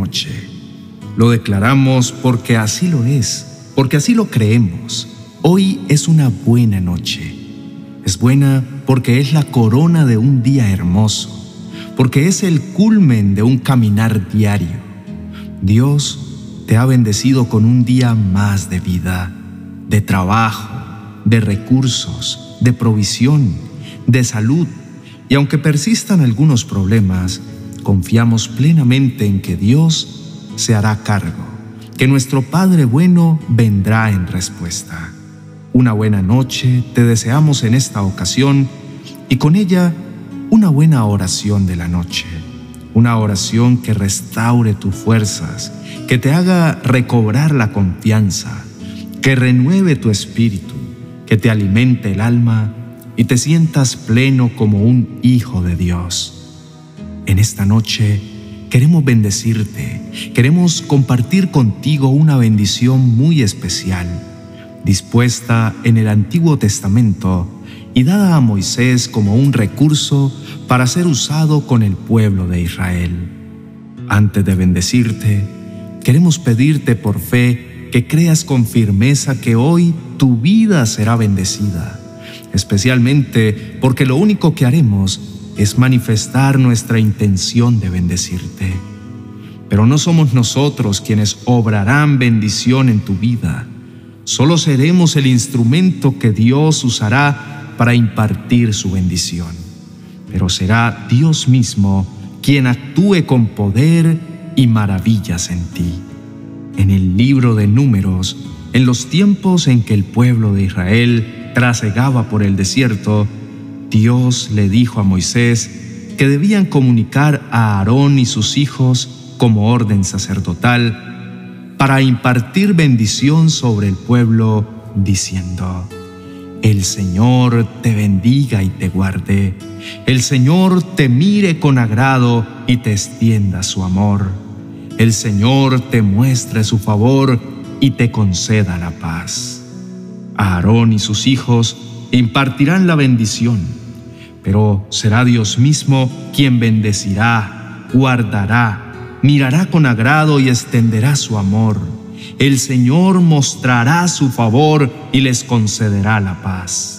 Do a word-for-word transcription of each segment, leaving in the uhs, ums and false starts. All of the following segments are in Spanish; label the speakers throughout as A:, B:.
A: noche. Lo declaramos porque así lo es, porque así lo creemos. Hoy es una buena noche. Es buena porque es la corona de un día hermoso, porque es el culmen de un caminar diario. Dios te ha bendecido con un día más de vida, de trabajo, de recursos, de provisión, de salud. Y aunque persistan algunos problemas, confiamos plenamente en que Dios se hará cargo, que nuestro Padre bueno vendrá en respuesta. Una buena noche te deseamos en esta ocasión y con ella una buena oración de la noche. Una oración que restaure tus fuerzas, que te haga recobrar la confianza, que renueve tu espíritu, que te alimente el alma y te sientas pleno como un hijo de Dios. En esta noche queremos bendecirte, queremos compartir contigo una bendición muy especial, dispuesta en el Antiguo Testamento y dada a Moisés como un recurso para ser usado con el pueblo de Israel. Antes de bendecirte, queremos pedirte por fe que creas con firmeza que hoy tu vida será bendecida, especialmente porque lo único que haremos es manifestar nuestra intención de bendecirte. Pero no somos nosotros quienes obrarán bendición en tu vida. Solo seremos el instrumento que Dios usará para impartir su bendición. Pero será Dios mismo quien actúe con poder y maravillas en ti. En el libro de Números, en los tiempos en que el pueblo de Israel trasegaba por el desierto, Dios le dijo a Moisés que debían comunicar a Aarón y sus hijos como orden sacerdotal para impartir bendición sobre el pueblo, diciendo: El Señor te bendiga y te guarde. El Señor te mire con agrado y te extienda su amor. El Señor te muestre su favor y te conceda la paz. Aarón y sus hijos impartirán la bendición, pero será Dios mismo quien bendecirá, guardará, mirará con agrado y extenderá su amor. El Señor mostrará su favor y les concederá la paz.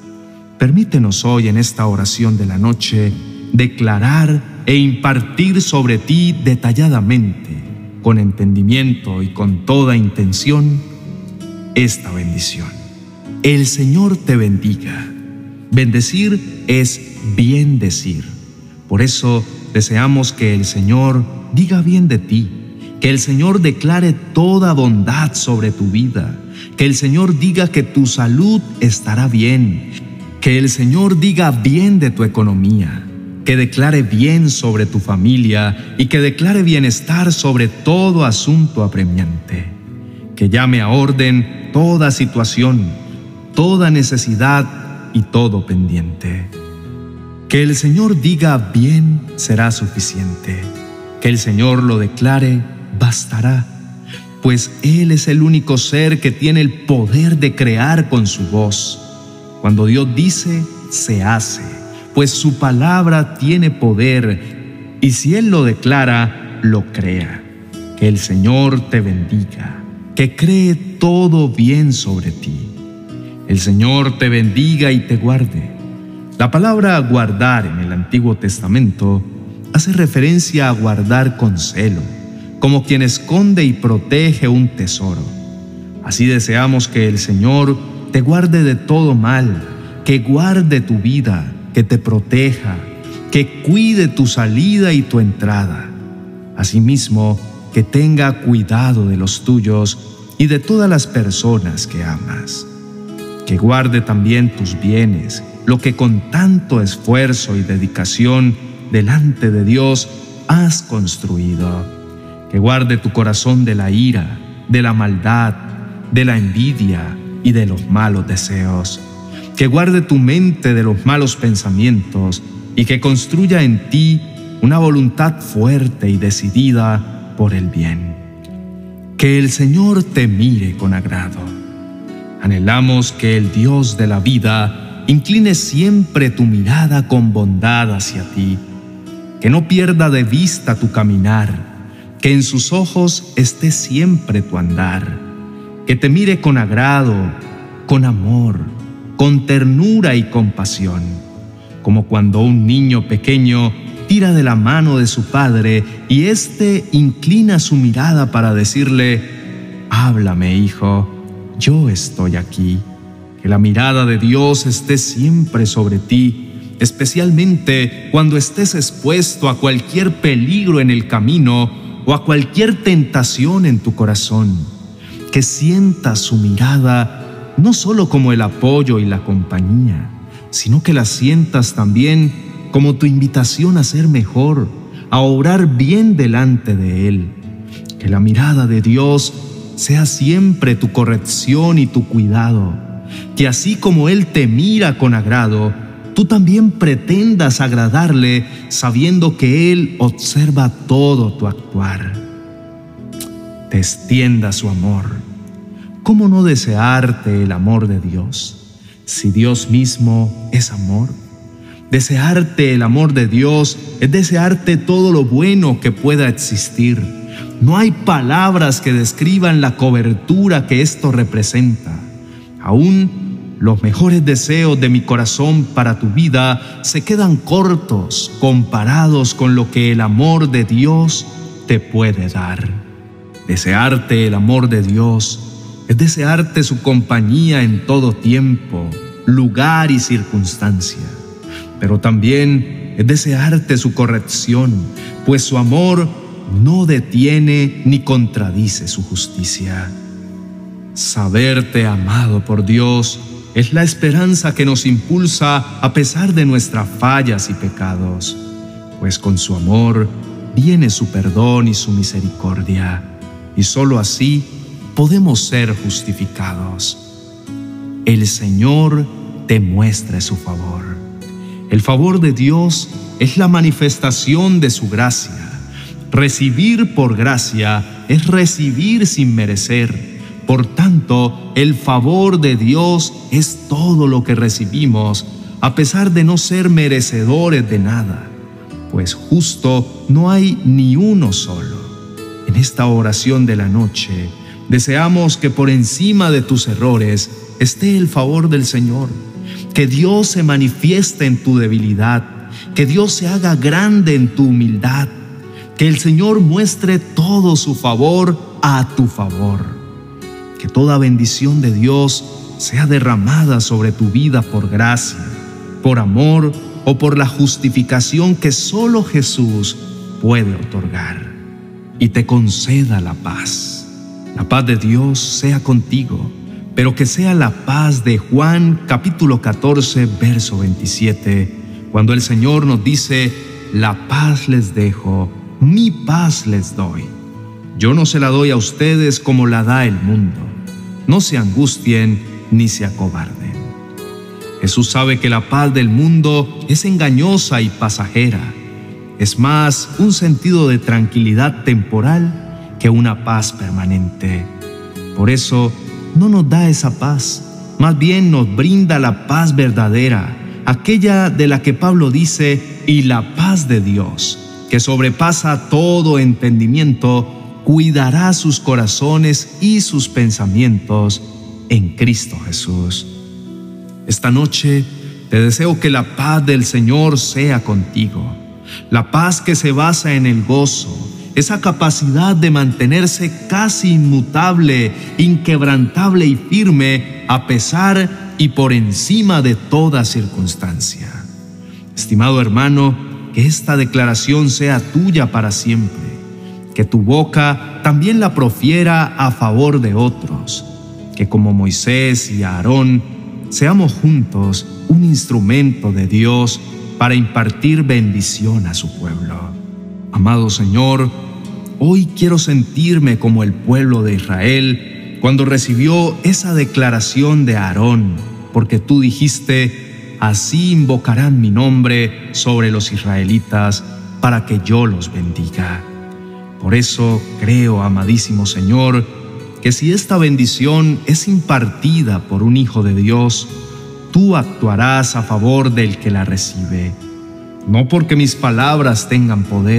A: Permítenos hoy en esta oración de la noche declarar e impartir sobre ti detalladamente, con entendimiento y con toda intención, esta bendición. El Señor te bendiga. Bendecir es bien decir. Por eso deseamos que el Señor diga bien de ti, que el Señor declare toda bondad sobre tu vida, que el Señor diga que tu salud estará bien, que el Señor diga bien de tu economía, que declare bien sobre tu familia y que declare bienestar sobre todo asunto apremiante, que llame a orden toda situación, toda necesidad y todo pendiente. Que el Señor diga bien será suficiente, que el Señor lo declare bastará, pues Él es el único ser que tiene el poder de crear con su voz. Cuando Dios dice, se hace, pues su palabra tiene poder, y si Él lo declara, lo crea. Que el Señor te bendiga, que cree todo bien sobre ti. El Señor te bendiga y te guarde. La palabra guardar en el Antiguo Testamento hace referencia a guardar con celo, como quien esconde y protege un tesoro. Así deseamos que el Señor te guarde de todo mal, que guarde tu vida, que te proteja, que cuide tu salida y tu entrada. Asimismo, que tenga cuidado de los tuyos y de todas las personas que amas. Que guarde también tus bienes, lo que con tanto esfuerzo y dedicación delante de Dios has construido. Que guarde tu corazón de la ira, de la maldad, de la envidia y de los malos deseos. Que guarde tu mente de los malos pensamientos y que construya en ti una voluntad fuerte y decidida por el bien. Que el Señor te mire con agrado. Anhelamos que el Dios de la vida incline siempre tu mirada con bondad hacia ti, que no pierda de vista tu caminar, que en sus ojos esté siempre tu andar, que te mire con agrado, con amor, con ternura y compasión, como cuando un niño pequeño tira de la mano de su padre y éste inclina su mirada para decirle: háblame, hijo, yo estoy aquí. Que la mirada de Dios esté siempre sobre ti, especialmente cuando estés expuesto a cualquier peligro en el camino o a cualquier tentación en tu corazón. Que sientas su mirada no solo como el apoyo y la compañía, sino que la sientas también como tu invitación a ser mejor, a obrar bien delante de Él. Que la mirada de Dios sea siempre tu corrección y tu cuidado. Que así como Él te mira con agrado, tú también pretendas agradarle, sabiendo que Él observa todo tu actuar. Te extienda su amor. ¿Cómo no desearte el amor de Dios, si Dios mismo es amor? Desearte el amor de Dios es desearte todo lo bueno que pueda existir. No hay palabras que describan la cobertura que esto representa. Aún los mejores deseos de mi corazón para tu vida se quedan cortos comparados con lo que el amor de Dios te puede dar. Desearte el amor de Dios es desearte su compañía en todo tiempo, lugar y circunstancia. Pero también es desearte su corrección, pues su amor no detiene ni contradice su justicia. Saberte amado por Dios es la esperanza que nos impulsa a pesar de nuestras fallas y pecados, pues con su amor viene su perdón y su misericordia, y sólo así podemos ser justificados. El Señor te muestre su favor. El favor de Dios es la manifestación de su gracia. Recibir por gracia es recibir sin merecer. Por tanto, el favor de Dios es todo lo que recibimos, a pesar de no ser merecedores de nada, pues justo no hay ni uno solo. En esta oración de la noche, deseamos que por encima de tus errores esté el favor del Señor, que Dios se manifieste en tu debilidad, que Dios se haga grande en tu humildad, que el Señor muestre todo su favor a tu favor. Que toda bendición de Dios sea derramada sobre tu vida por gracia, por amor o por la justificación que solo Jesús puede otorgar. Y te conceda la paz. La paz de Dios sea contigo, pero que sea la paz de Juan capítulo catorce, verso veintisiete, cuando el Señor nos dice: la paz les dejo, mi paz les doy. Yo no se la doy a ustedes como la da el mundo. No se angustien ni se acobarden. Jesús sabe que la paz del mundo es engañosa y pasajera. Es más un sentido de tranquilidad temporal que una paz permanente. Por eso no nos da esa paz, más bien nos brinda la paz verdadera, aquella de la que Pablo dice: y la paz de Dios, que sobrepasa todo entendimiento, cuidará sus corazones y sus pensamientos en Cristo Jesús. Esta noche te deseo que la paz del Señor sea contigo, la paz que se basa en el gozo, esa capacidad de mantenerse casi inmutable, inquebrantable y firme a pesar y por encima de toda circunstancia. Estimado hermano, que esta declaración sea tuya para siempre. Que tu boca también la profiera a favor de otros, que como Moisés y Aarón seamos juntos un instrumento de Dios para impartir bendición a su pueblo. Amado Señor, hoy quiero sentirme como el pueblo de Israel cuando recibió esa declaración de Aarón, porque tú dijiste: así invocarán mi nombre sobre los israelitas para que yo los bendiga. Por eso creo, amadísimo Señor, que si esta bendición es impartida por un hijo de Dios, tú actuarás a favor del que la recibe. No porque mis palabras tengan poder,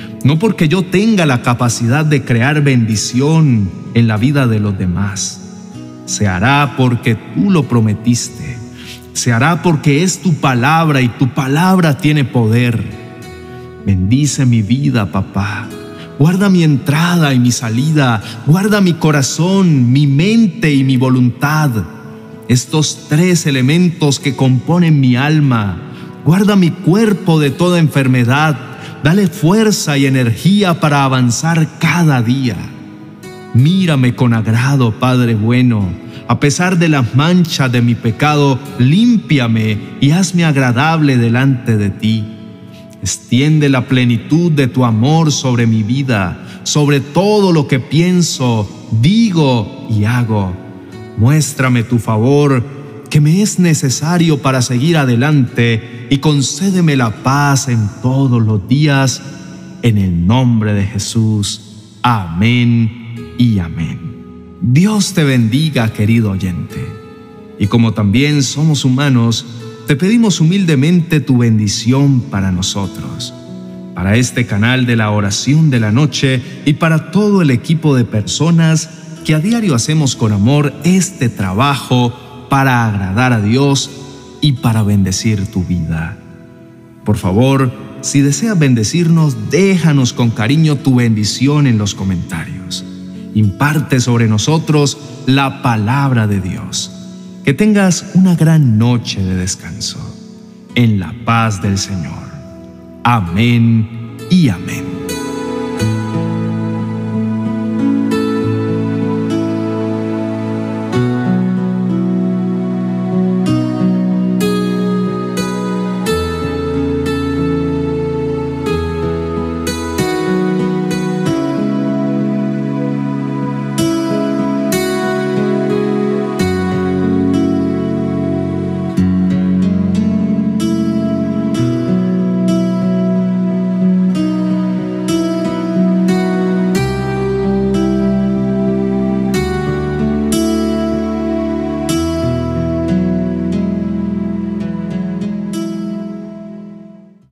A: no porque yo tenga la capacidad de crear bendición en la vida de los demás. Se hará porque tú lo prometiste. Se hará porque es tu palabra y tu palabra tiene poder. Bendice mi vida, papá. Guarda mi entrada y mi salida. Guarda mi corazón, mi mente y mi voluntad. Estos tres elementos que componen mi alma. Guarda mi cuerpo de toda enfermedad. Dale fuerza y energía para avanzar cada día. Mírame con agrado, Padre bueno. A pesar de las manchas de mi pecado, límpiame y hazme agradable delante de ti. Extiende la plenitud de tu amor sobre mi vida, sobre todo lo que pienso, digo y hago. Muéstrame tu favor, que me es necesario para seguir adelante, y concédeme la paz en todos los días, en el nombre de Jesús. Amén y amén. Dios te bendiga, querido oyente. Y como también somos humanos, te pedimos humildemente tu bendición para nosotros, para este canal de la oración de la noche y para todo el equipo de personas que a diario hacemos con amor este trabajo para agradar a Dios y para bendecir tu vida. Por favor, si deseas bendecirnos, déjanos con cariño tu bendición en los comentarios. Imparte sobre nosotros la palabra de Dios. Que tengas una gran noche de descanso, en la paz del Señor. Amén y amén.